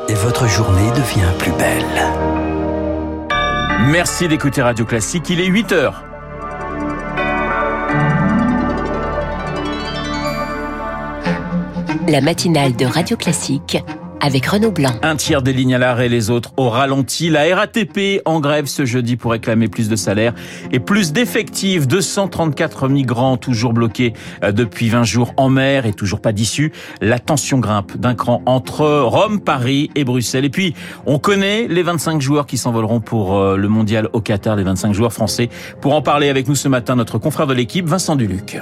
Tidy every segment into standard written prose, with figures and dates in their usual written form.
et votre journée devient plus belle. Merci d'écouter Radio Classique, il est 8h. La matinale de Radio Classique avec Renaud Blanc. Un tiers des lignes à l'arrêt, les autres au ralenti. La RATP en grève ce jeudi pour réclamer plus de salaire et plus d'effectifs. 234 migrants toujours bloqués depuis 20 jours en mer et toujours pas d'issue. La tension grimpe d'un cran entre Rome, Paris et Bruxelles. Et puis, on connaît les 25 joueurs qui s'envoleront pour le mondial au Qatar, les 25 joueurs français. Pour en parler avec nous ce matin, notre confrère de l'équipe, Vincent Duluc.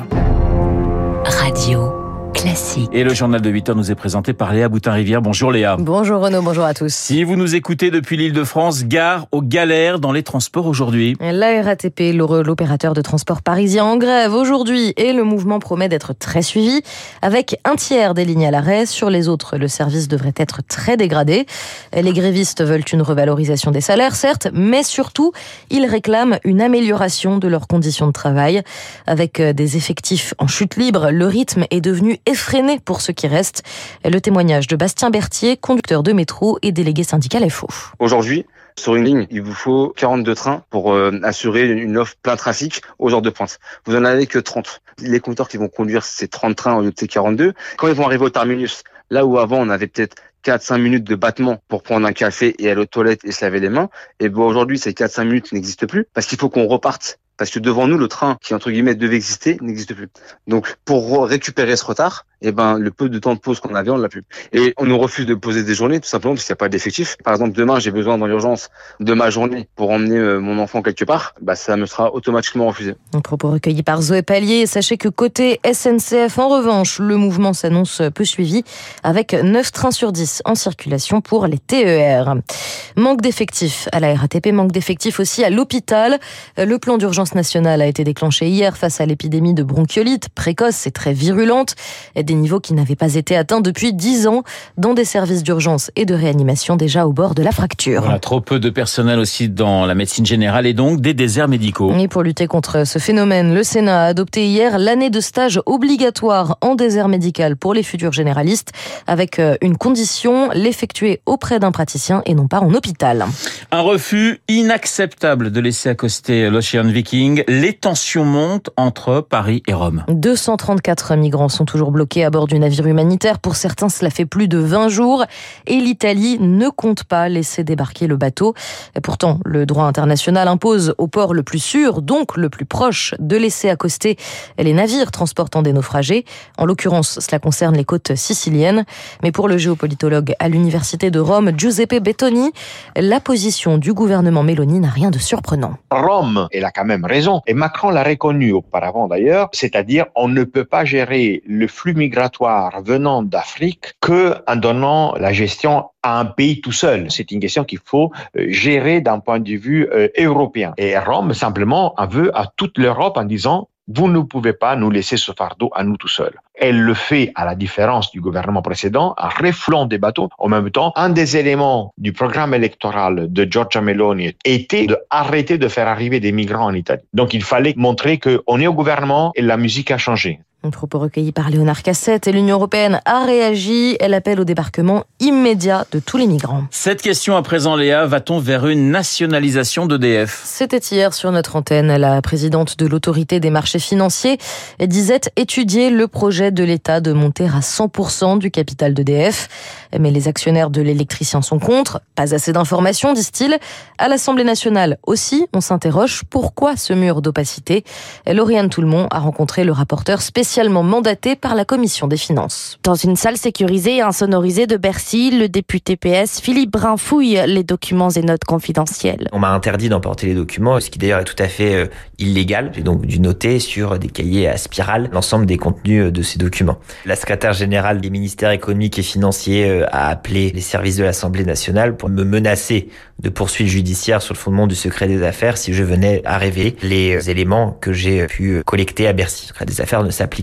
Radio Classique. Et le journal de 8h nous est présenté par Léa Boutin-Rivière. Bonjour Léa. Bonjour Renaud, bonjour à tous. Si vous nous écoutez depuis l'Île-de-France, gare aux galères dans les transports aujourd'hui. La RATP, l'opérateur de transport parisien, en grève aujourd'hui et le mouvement promet d'être très suivi. Avec un tiers des lignes à l'arrêt, sur les autres, le service devrait être très dégradé. Les grévistes veulent une revalorisation des salaires, certes, mais surtout, ils réclament une amélioration de leurs conditions de travail. Avec des effectifs en chute libre, le rythme est devenu effréné pour ceux qui restent. Le témoignage de Bastien Berthier, conducteur de métro et délégué syndical FO. Aujourd'hui, sur une ligne, il vous faut 42 trains pour assurer une offre plein trafic aux heures de pointe. Vous en avez que 30. Les conducteurs qui vont conduire ces 30 trains au lieu de ces 42, quand ils vont arriver au terminus, là où avant on avait peut-être 4-5 minutes de battement pour prendre un café et aller aux toilettes et se laver les mains, et bon aujourd'hui ces 4-5 minutes n'existent plus parce qu'il faut qu'on reparte. Parce que devant nous, le train qui, entre guillemets, devait exister, n'existe plus. Donc, pour récupérer ce retard, le peu de temps de pause qu'on avait, on l'a plus. Et on nous refuse de poser des journées, tout simplement, parce qu'il n'y a pas d'effectif. Par exemple, demain, j'ai besoin dans l'urgence de ma journée pour emmener mon enfant quelque part, ça me sera automatiquement refusé. Un propos recueilli par Zoé Pallier. Sachez que côté SNCF, en revanche, le mouvement s'annonce peu suivi, avec 9 trains sur 10 en circulation pour les TER. Manque d'effectifs à la RATP, manque d'effectifs aussi à l'hôpital. Le plan d'urgence nationale a été déclenché hier face à l'épidémie de bronchiolite précoce et très virulente, des niveaux qui n'avaient pas été atteints depuis 10 ans dans des services d'urgence et de réanimation déjà au bord de la fracture. Voilà, trop peu de personnel aussi dans la médecine générale et donc des déserts médicaux. Et pour lutter contre ce phénomène, le Sénat a adopté hier l'année de stage obligatoire en désert médical pour les futurs généralistes, avec une condition, l'effectuer auprès d'un praticien et non pas en hôpital. Un refus inacceptable de laisser accoster l'Ocean Viking. Les tensions montent entre Paris et Rome. 234 migrants sont toujours bloqués à bord du navire humanitaire. Pour certains, cela fait plus de 20 jours. Et l'Italie ne compte pas laisser débarquer le bateau. Et pourtant, le droit international impose au port le plus sûr, donc le plus proche, de laisser accoster les navires transportant des naufragés. En l'occurrence, cela concerne les côtes siciliennes. Mais pour le géopolitologue à l'université de Rome, Giuseppe Bettoni, la position du gouvernement Meloni n'a rien de surprenant. Rome, elle a quand même raison. Et Macron l'a reconnu auparavant d'ailleurs. C'est-à-dire, on ne peut pas gérer le flux migratoire venant d'Afrique qu'en donnant la gestion à un pays tout seul. C'est une question qu'il faut gérer d'un point de vue européen. Et Rome, simplement, en veut à toute l'Europe en disant vous ne pouvez pas nous laisser ce fardeau à nous tout seuls. Elle le fait, à la différence du gouvernement précédent, en refoulant des bateaux. En même temps, un des éléments du programme électoral de Giorgia Meloni était d'arrêter de faire arriver des migrants en Italie. Donc il fallait montrer qu'on est au gouvernement et la musique a changé. Un propos recueilli par Léonard Cassette et l'Union européenne a réagi. Elle appelle au débarquement immédiat de tous les migrants. Cette question à présent, Léa, va-t-on vers une nationalisation d'EDF ? C'était hier sur notre antenne. La présidente de l'autorité des marchés financiers disait étudier le projet de l'État de monter à 100% du capital d'EDF. Mais les actionnaires de l'électricien sont contre. Pas assez d'informations, disent-ils. À l'Assemblée nationale aussi, on s'interroge pourquoi ce mur d'opacité. Lauriane Toulmont a rencontré le rapporteur spécialement mandaté par la Commission des Finances. Dans une salle sécurisée et insonorisée de Bercy, le député PS Philippe Brun fouille les documents et notes confidentielles. On m'a interdit d'emporter les documents, ce qui d'ailleurs est tout à fait illégal. J'ai donc dû noter sur des cahiers à spirale l'ensemble des contenus de ces documents. La secrétaire générale des ministères économiques et financiers a appelé les services de l'Assemblée nationale pour me menacer de poursuites judiciaires sur le fondement du secret des affaires si je venais à révéler les éléments que j'ai pu collecter à Bercy. Le secret des affaires ne s'applique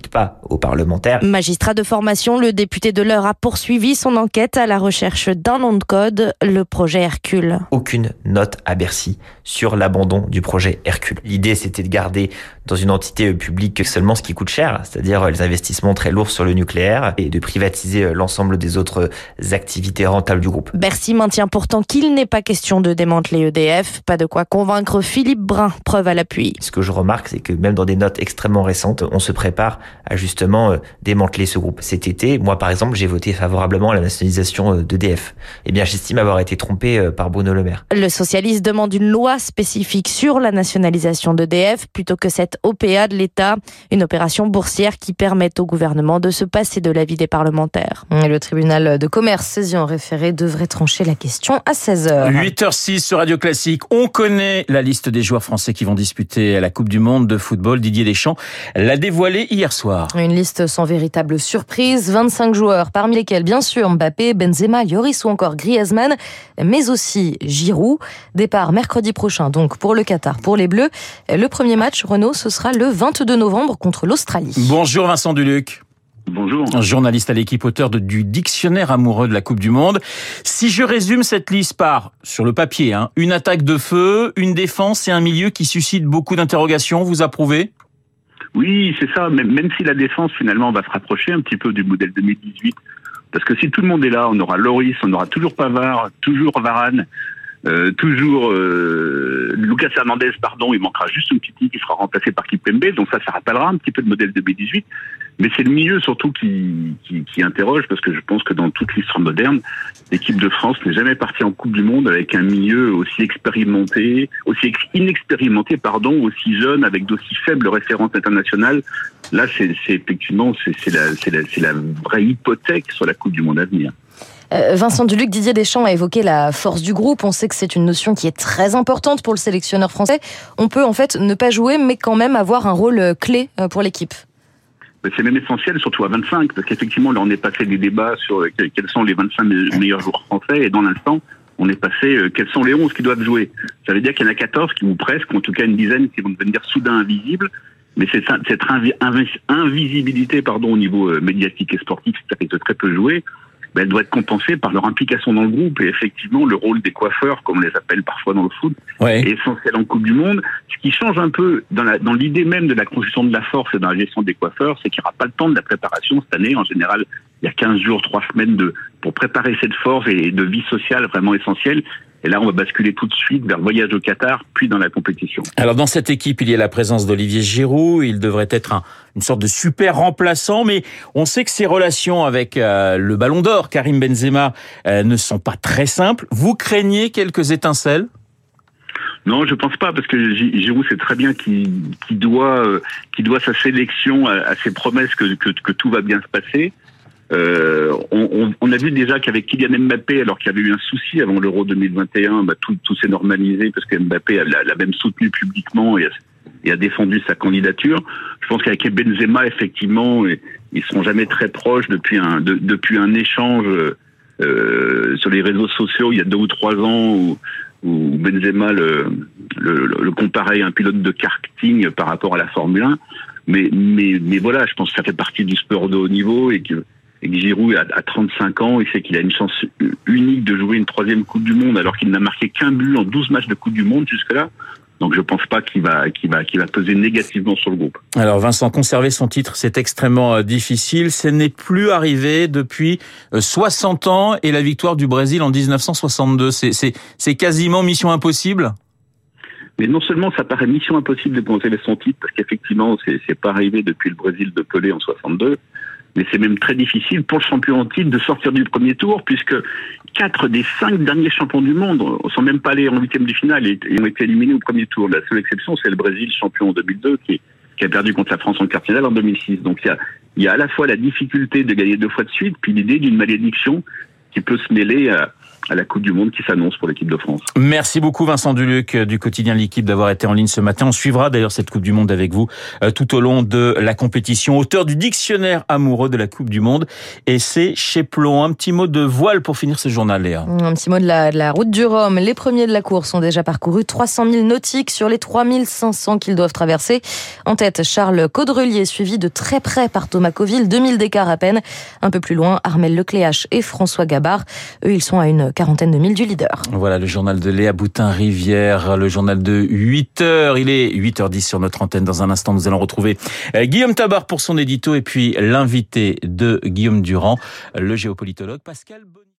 s'applique pas aux parlementaires. Magistrat de formation, le député de l'Eure a poursuivi son enquête à la recherche d'un nom de code, le projet Hercule. Aucune note à Bercy sur l'abandon du projet Hercule. L'idée, c'était de garder dans une entité publique seulement ce qui coûte cher, c'est-à-dire les investissements très lourds sur le nucléaire, et de privatiser l'ensemble des autres activités rentables du groupe. Bercy maintient pourtant qu'il n'est pas question de démanteler EDF. Pas de quoi convaincre Philippe Brun, preuve à l'appui. Ce que je remarque, c'est que même dans des notes extrêmement récentes, on se prépare à justement démanteler ce groupe. Cet été, moi par exemple, j'ai voté favorablement à la nationalisation d'EDF. Eh bien, j'estime avoir été trompé par Bruno Le Maire. Le socialiste demande une loi spécifique sur la nationalisation d'EDF plutôt que cette OPA de l'État, une opération boursière qui permet au gouvernement de se passer de l'avis des parlementaires. Et le tribunal de commerce saisi en référé devrait trancher la question à 16h. 8h06 sur Radio Classique. On connaît la liste des joueurs français qui vont disputer la Coupe du Monde de football. Didier Deschamps l'a dévoilée hier soir. Une liste sans véritable surprise. 25 joueurs, parmi lesquels bien sûr Mbappé, Benzema, Lloris ou encore Griezmann, mais aussi Giroud. Départ mercredi prochain donc pour le Qatar, pour les Bleus. Le premier match, Renaud, ce sera le 22 novembre contre l'Australie. Bonjour Vincent Duluc. Bonjour. Journaliste à l'Équipe, auteur du dictionnaire amoureux de la Coupe du Monde. Si je résume cette liste par, sur le papier, une attaque de feu, une défense et un milieu qui suscite beaucoup d'interrogations, vous approuvez ? Oui, c'est ça. Même si la défense, finalement, va se rapprocher un petit peu du modèle 2018. Parce que si tout le monde est là, on aura Lloris, on aura toujours Pavard, toujours Varane, toujours Lucas Hernandez, il manquera juste une petite qui sera remplacé par Kimpembe, donc ça rappellera un petit peu le modèle 2018. Mais c'est le milieu surtout qui interroge, parce que je pense que dans toute l'histoire moderne, l'équipe de France n'est jamais partie en Coupe du Monde avec un milieu aussi inexpérimenté, aussi jeune, avec d'aussi faibles références internationales. Là, c'est effectivement la vraie hypothèque sur la Coupe du Monde à venir. Vincent Duluc, Didier Deschamps a évoqué la force du groupe. On sait que c'est une notion qui est très importante pour le sélectionneur français. On peut en fait ne pas jouer, mais quand même avoir un rôle clé pour l'équipe. C'est même essentiel, surtout à 25, parce qu'effectivement, là, on est passé des débats sur quels sont les 25 meilleurs joueurs français, et dans l'instant, on est passé quels sont les 11 qui doivent jouer. Ça veut dire qu'il y en a 14 ou presque, en tout cas une dizaine, qui vont devenir soudain invisibles. Mais c'est ça, cette invisibilité, au niveau médiatique et sportif, c'est-à-dire que très peu joué, elle doit être compensée par leur implication dans le groupe. Et effectivement, le rôle des coiffeurs, comme on les appelle parfois dans le foot, est essentiel en Coupe du Monde. Ce qui change un peu dans l'idée même de la construction de la force et dans la gestion des coiffeurs, c'est qu'il n'y aura pas le temps de la préparation cette année. En général, il y a 15 jours, 3 semaines pour préparer cette force et de vie sociale vraiment essentielle. Et là, on va basculer tout de suite vers le voyage au Qatar, puis dans la compétition. Alors, dans cette équipe, il y a la présence d'Olivier Giroud. Il devrait être une sorte de super remplaçant, mais on sait que ses relations avec le Ballon d'Or, Karim Benzema, ne sont pas très simples. Vous craignez quelques étincelles ? Non, je pense pas, parce que Giroud sait très bien qu'il doit sa sélection à ses promesses que tout va bien se passer. On a vu déjà qu'avec Kylian Mbappé, alors qu'il y avait eu un souci avant l'Euro 2021, tout s'est normalisé parce que Mbappé l'a même soutenu publiquement et a défendu sa candidature. Je pense qu'avec Benzema, effectivement, ils seront jamais très proches depuis un échange sur les réseaux sociaux il y a 2 ou 3 ans où Benzema le comparait à un pilote de karting par rapport à la Formule 1. Mais voilà, je pense que ça fait partie du sport de haut niveau et que Giroud a 35 ans, il sait qu'il a une chance unique de jouer une 3e Coupe du Monde alors qu'il n'a marqué qu'un but en 12 matchs de Coupe du Monde jusque-là. Donc je pense pas qu'il va peser négativement sur le groupe. Alors Vincent, conserver son titre, c'est extrêmement difficile. Ce n'est plus arrivé depuis 60 ans et la victoire du Brésil en 1962. C'est quasiment mission impossible. Mais non seulement ça paraît mission impossible de conserver son titre, parce qu'effectivement c'est pas arrivé depuis le Brésil de Pelé en 62, mais c'est même très difficile pour le champion en titre de sortir du premier tour, puisque 4 des 5 derniers champions du monde ne sont même pas allés en 8e de finale et ont été éliminés au premier tour. La seule exception, c'est le Brésil, champion en 2002, qui a perdu contre la France en quart de finale en 2006. Donc il y a à la fois la difficulté de gagner 2 fois de suite, puis l'idée d'une malédiction qui peut se mêler à la Coupe du Monde qui s'annonce pour l'équipe de France. Merci beaucoup Vincent Duluc du quotidien L'Équipe d'avoir été en ligne ce matin. On suivra d'ailleurs cette Coupe du Monde avec vous tout au long de la compétition. Auteur du dictionnaire amoureux de la Coupe du Monde, et c'est chez Plon. Un petit mot de voile pour finir ce journal, Léa. Un petit mot de la route du Rhum. Les premiers de la course sont déjà parcourus, 300 000 nautiques sur les 3500 qu'ils doivent traverser. En tête, Charles Caudrelier, suivi de très près par Thomas Coville, 2000 d'écart à peine. Un peu plus loin, Armel Lecléache et François Gabard. Eux, ils sont à une quarantaine de milles du leader. Voilà le journal de Léa Boutin-Rivière, le journal de 8h. Il est 8h10 sur notre antenne. Dans un instant, nous allons retrouver Guillaume Tabar pour son édito et puis l'invité de Guillaume Durand, le géopolitologue Pascal Bonny.